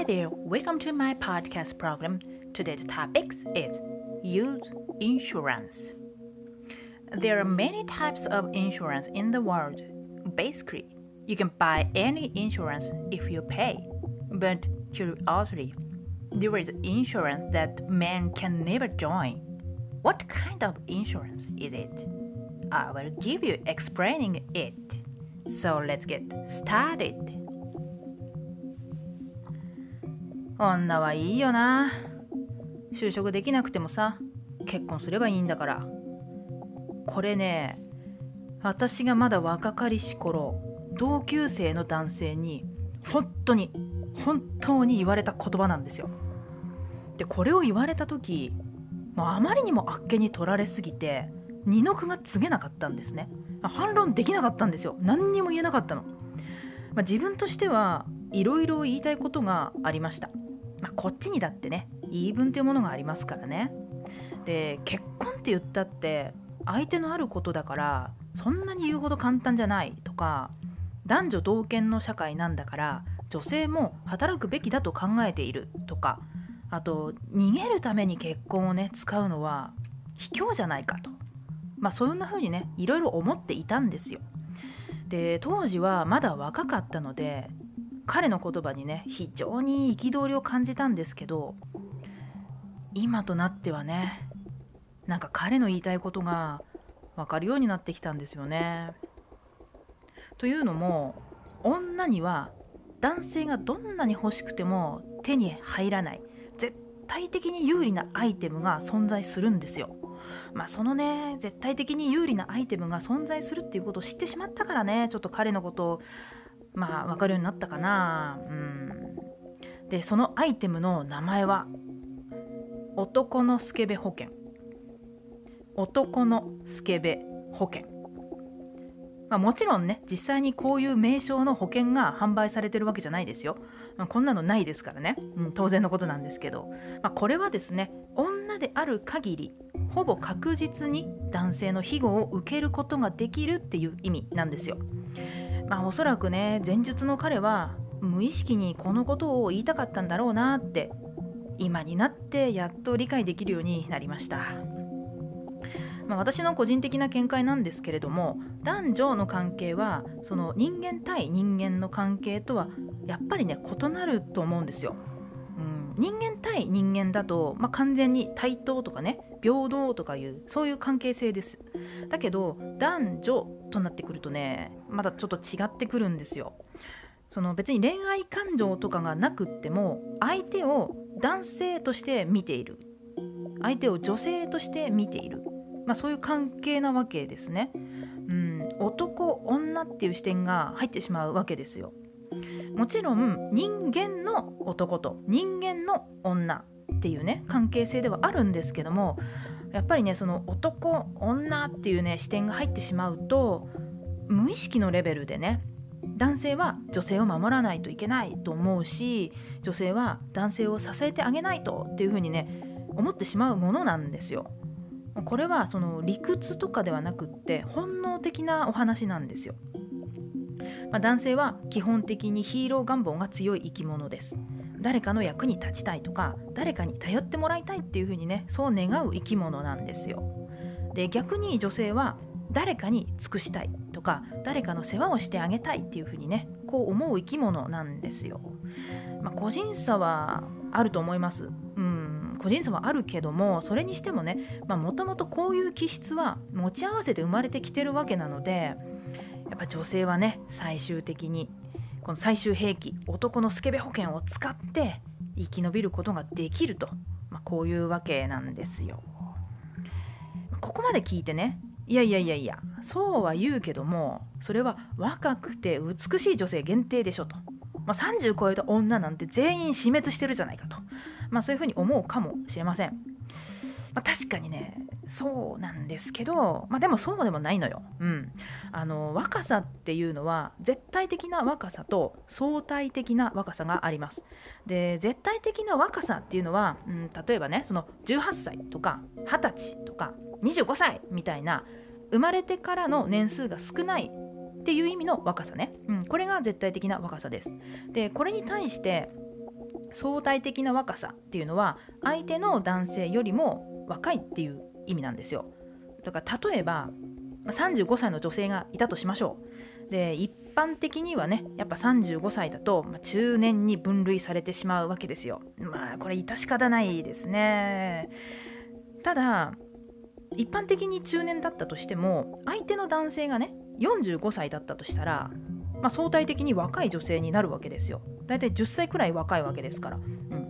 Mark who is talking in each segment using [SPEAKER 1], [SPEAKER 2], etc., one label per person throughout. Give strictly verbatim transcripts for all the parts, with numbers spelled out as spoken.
[SPEAKER 1] Hi there, welcome to my podcast program. Today's topic is use insurance. There are many types of insurance in the world. Basically, you can buy any insurance if you pay. But curiously, there is insurance that man can never join. What kind of insurance is it? I will give you explaining it. So let's get started. 女はいいよな。就職できなくてもさ、結婚すればいいんだから。これね、私がまだ若かりし頃、同級生の男性に本当に本当に言われた言葉なんですよ。で、これを言われた時、もうあまりにもあっけに取られすぎて二の句が告げなかったんですね。反論できなかったんですよ。何にも言えなかったの。まあ、自分としてはいろいろ言いたいことがありました。まあ、こっちにだってね、言い分というものがありますからね。で、結婚って言ったって相手のあることだからそんなに言うほど簡単じゃないとか、男女同権の社会なんだから女性も働くべきだと考えているとか、あと逃げるために結婚をね使うのは卑怯じゃないかと、まあそんな風にねいろいろ思っていたんですよ。で、当時はまだ若かったので彼の言葉にね非常に憤りを感じたんですけど、今となってはね、なんか彼の言いたいことが分かるようになってきたんですよね。というのも、女には男性がどんなに欲しくても手に入らない絶対的に有利なアイテムが存在するんですよ。まあそのね絶対的に有利なアイテムが存在するっていうことを知ってしまったからね、ちょっと彼のことをまあ分かるようになったかな。うんで、そのアイテムの名前は男のスケベ保険。男のスケベ保険。まあ、もちろんね、実際にこういう名称の保険が販売されてるわけじゃないですよ。まあ、こんなのないですからね、うん、当然のことなんですけど、まあ、これはですね、女である限りほぼ確実に男性の庇護を受けることができるっていう意味なんですよ。まあおそらくね、前述の彼は無意識にこのことを言いたかったんだろうなって今になってやっと理解できるようになりました。まあ、私の個人的な見解なんですけれども、男女の関係はその人間対人間の関係とはやっぱりね異なると思うんですよ。うん、人間対人間だと、まあ、完全に対等とかね平等とかいうそういう関係性です。だけど男女となってくるとね、まだちょっと違ってくるんですよ。その別に恋愛感情とかがなくっても相手を男性として見ている、相手を女性として見ている、まあ、そういう関係なわけですね。うん、男女っていう視点が入ってしまうわけですよ。もちろん人間の男と人間の女っていうね関係性ではあるんですけども、やっぱりねその男女っていうね視点が入ってしまうと無意識のレベルでね、男性は女性を守らないといけないと思うし、女性は男性を支えてあげないとっていうふうにね思ってしまうものなんですよ。これはその理屈とかではなくって本能的なお話なんですよ。まあ、男性は基本的にヒーロー願望が強い生き物です。誰かの役に立ちたいとか誰かに頼ってもらいたいっていうふうにねそう願う生き物なんですよ。で、逆に女性は誰かに尽くしたいとか誰かの世話をしてあげたいっていうふうにねこう思う生き物なんですよ。まあ、個人差はあると思います。うん個人差はあるけども、それにしてもね、もともとこういう気質は持ち合わせて生まれてきてるわけなので、やっぱ女性はね最終的にこの最終兵器男のスケベ保険を使って生き延びることができると、まあ、こういうわけなんですよ。ここまで聞いてね、いやいやいやいやそうは言うけどもそれは若くて美しい女性限定でしょと、まあ、さんじゅう超えた女なんて全員死滅してるじゃないかと、まあ、そういうふうに思うかもしれません。まあ、確かにねそうなんですけど、まあ、でもそうでもないのよ。うん、あの若さっていうのは絶対的な若さと相対的な若さがあります。で、絶対的な若さっていうのは、うん、例えばねそのじゅうはっさいとかはたちとかにじゅうごさいみたいな生まれてからの年数が少ないっていう意味の若さね、うん、これが絶対的な若さです。で、これに対して相対的な若さっていうのは相手の男性よりも若いっていう意味なんですよ。だから例えばさんじゅうごさいの女性がいたとしましょう。で一般的にはねやっぱさんじゅうごさいだと、まあ、中年に分類されてしまうわけですよ。まあこれ致し方ないですね。ただ一般的に中年だったとしても相手の男性がねよんじゅうごさいだったとしたら、まあ、相対的に若い女性になるわけですよ。だいたいじゅっさいくらい若いわけですから、うん、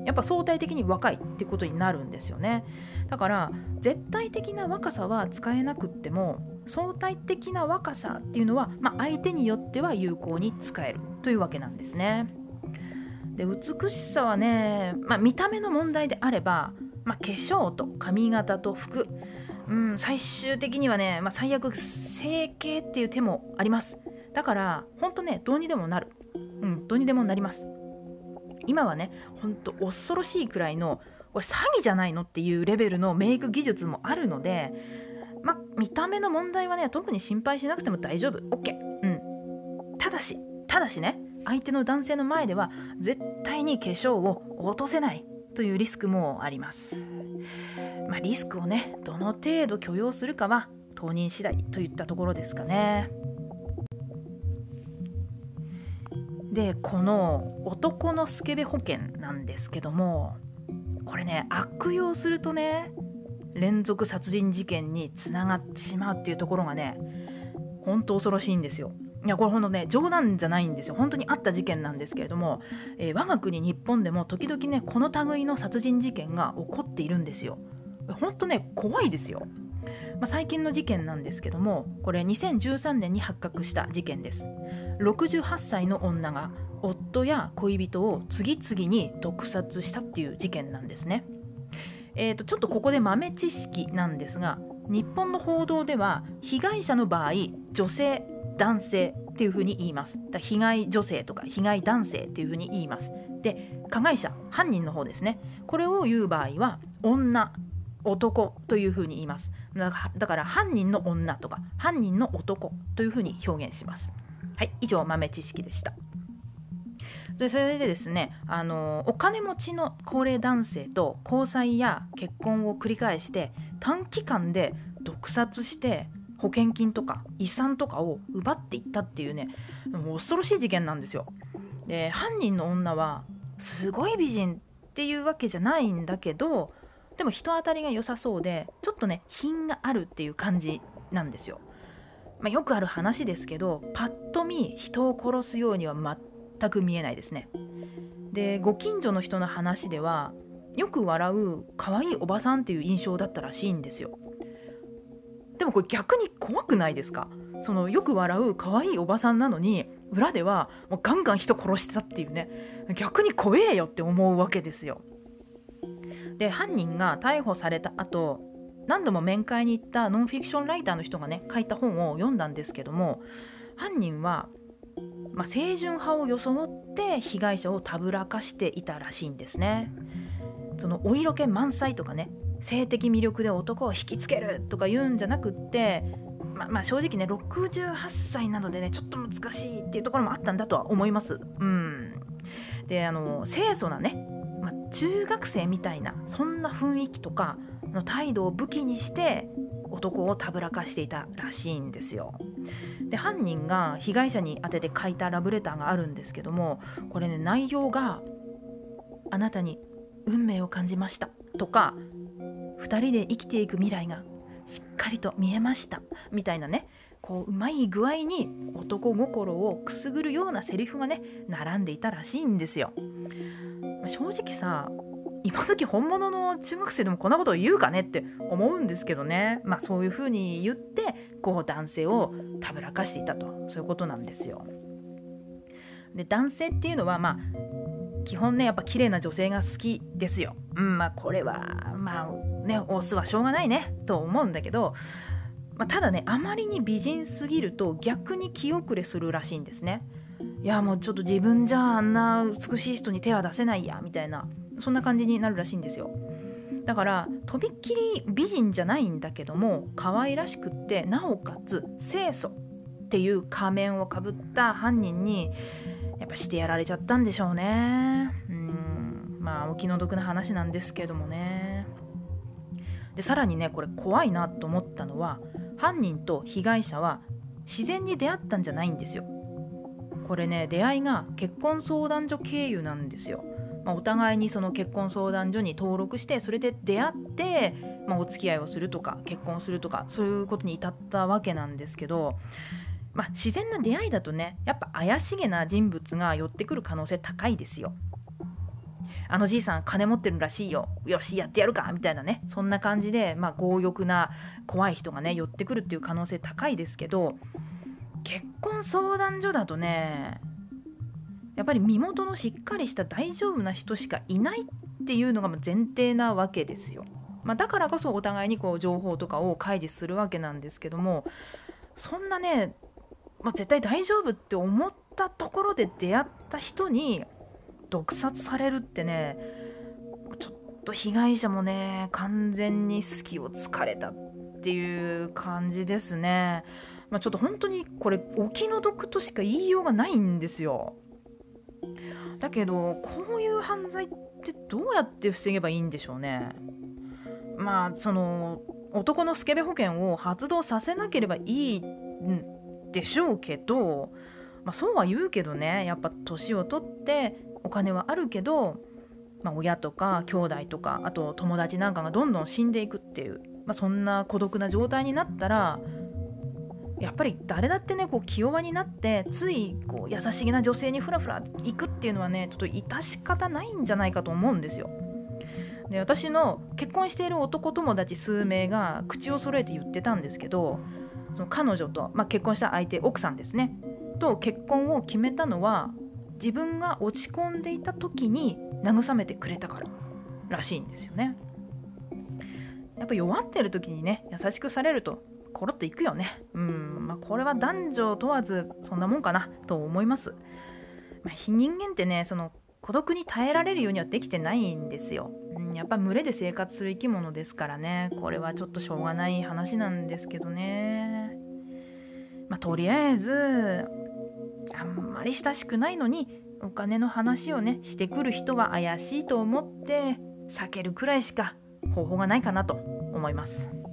[SPEAKER 1] やっぱ相対的に若いってことになるんですよね。だから絶対的な若さは使えなくっても相対的な若さっていうのは、まあ、相手によっては有効に使えるというわけなんですね。で美しさはね、まあ、見た目の問題であれば、まあ、化粧と髪型と服、うん、最終的にはね、まあ、最悪整形っていう手もあります。だから本当ねどうにでもなる、うん、どうにでもなります。今はね本当恐ろしいくらいのこれ詐欺じゃないのっていうレベルのメイク技術もあるので、まあ、見た目の問題はね特に心配しなくても大丈夫 OK、うん、ただしただしね相手の男性の前では絶対に化粧を落とせないというリスクもあります。まあ、リスクをねどの程度許容するかは当人次第といったところですかね。でこの男のスケベ保険なんですけども、これね悪用するとね連続殺人事件につながってしまうっていうところがね本当恐ろしいんですよ。いやこれほんとね冗談じゃないんですよ。本当にあった事件なんですけれども、えー、我が国日本でも時々ねこの類の殺人事件が起こっているんですよ。本当ね怖いですよ。まあ、最近の事件なんですけども、これにせんじゅうさんねんに発覚した事件です。ろくじゅうはっさいの女が夫や恋人を次々に毒殺したっていう事件なんですね。えーと、ちょっとここで豆知識なんですが、日本の報道では被害者の場合女性男性っていうふうに言います。だ被害女性とか被害男性っていうふうに言います。で加害者犯人の方ですね、これを言う場合は女男というふうに言います。だから犯人の女とか犯人の男というふうに表現します。はい、以上豆知識でした。でそれでですね、あのお金持ちの高齢男性と交際や結婚を繰り返して短期間で毒殺して保険金とか遺産とかを奪っていったっていうね、もう恐ろしい事件なんですよ。で犯人の女はすごい美人っていうわけじゃないんだけど、でも人当たりが良さそうでちょっとね品があるっていう感じなんですよ。まあ、よくある話ですけどパッと見人を殺すようには全く見えないですね。でご近所の人の話ではよく笑う可愛いおばさんっていう印象だったらしいんですよ。でもこれ逆に怖くないですか？そのよく笑う可愛いおばさんなのに裏ではもうガンガン人殺してたっていうね、逆に怖えよって思うわけですよ。で犯人が逮捕された後、何度も面会に行ったノンフィクションライターの人がね書いた本を読んだんですけども、犯人は、まあ、清純派を装って被害者をたぶらかしていたらしいんですね。そのお色気満載とかね、性的魅力で男を引きつけるとか言うんじゃなくって、まあ、まあ正直ねろくじゅうはっさいなのでねちょっと難しいっていうところもあったんだとは思います。うん。であの清楚なね、まあ、中学生みたいなそんな雰囲気とかの態度を武器にして男をたぶらかしていたらしいんですよ。で犯人が被害者に宛てて書いたラブレターがあるんですけども、これね内容があなたに運命を感じましたとか二人で生きていく未来がしっかりと見えましたみたいなね、こううまい具合に男心をくすぐるようなセリフがね並んでいたらしいんですよ。正直さ今時本物の中学生でもこんなことを言うかねって思うんですけどね。まあそういう風に言ってこう男性をたぶらかしていたと、そういうことなんですよ。で男性っていうのはまあ基本ねやっぱ綺麗な女性が好きですよ。うん、まあこれはまあねオスはしょうがないねと思うんだけど、まあ、ただねあまりに美人すぎると逆に気遅れするらしいんですね。いやもうちょっと自分じゃあんな美しい人に手は出せないやみたいな、そんな感じになるらしいんですよ。だからとびっきり美人じゃないんだけども可愛らしくってなおかつ清楚っていう仮面をかぶった犯人にやっぱしてやられちゃったんでしょうね。うんまあお気の毒な話なんですけどもね。でさらにね、これ怖いなと思ったのは、犯人と被害者は自然に出会ったんじゃないんですよ。これね、出会いが結婚相談所経由なんですよ。まあ、お互いにその結婚相談所に登録して、それで出会って、まあ、お付き合いをするとか結婚するとか、そういうことに至ったわけなんですけど、まあ、自然な出会いだとね、やっぱ怪しげな人物が寄ってくる可能性高いですよ。あのじいさん金持ってるらしいよ、よしやってやるかみたいなね、そんな感じで、まあ、強欲な怖い人がね寄ってくるっていう可能性高いですけど、結婚相談所だとね、やっぱり身元のしっかりした大丈夫な人しかいないっていうのが前提なわけですよ。まあ、だからこそお互いにこう情報とかを開示するわけなんですけども、そんなね、まあ、絶対大丈夫って思ったところで出会った人に毒殺されるってね、ちょっと被害者もね完全に隙を突かれたっていう感じですね。まあ、ちょっと本当にこれお気の毒としか言いようがないんですよ。だけどこういう犯罪ってどうやって防げばいいんでしょうね。まあその男のスケベ保険を発動させなければいいんでしょうけど、まあ、そうは言うけどね、やっぱ年を取ってお金はあるけど、まあ、親とか兄弟とかあと友達なんかがどんどん死んでいくっていう、まあ、そんな孤独な状態になったら、やっぱり誰だってねこう気弱になってついこう優しげな女性にフラフラ行くっていうのはね、ちょっと致し方ないんじゃないかと思うんですよ。で私の結婚している男友達数名が口を揃えて言ってたんですけど、その彼女と、まあ、結婚した相手奥さんですねと結婚を決めたのは自分が落ち込んでいた時に慰めてくれたかららしいんですよね。やっぱ弱ってる時にね優しくされるとコロッといくよね。うん、まあ、これは男女問わずそんなもんかなと思います。まあ、人間ってねその孤独に耐えられるようにはできてないんですよ。うん、やっぱ群れで生活する生き物ですからね、これはちょっとしょうがない話なんですけどね。まあ、とりあえずあんまり親しくないのにお金の話をねしてくる人は怪しいと思って避けるくらいしか方法がないかなと思います。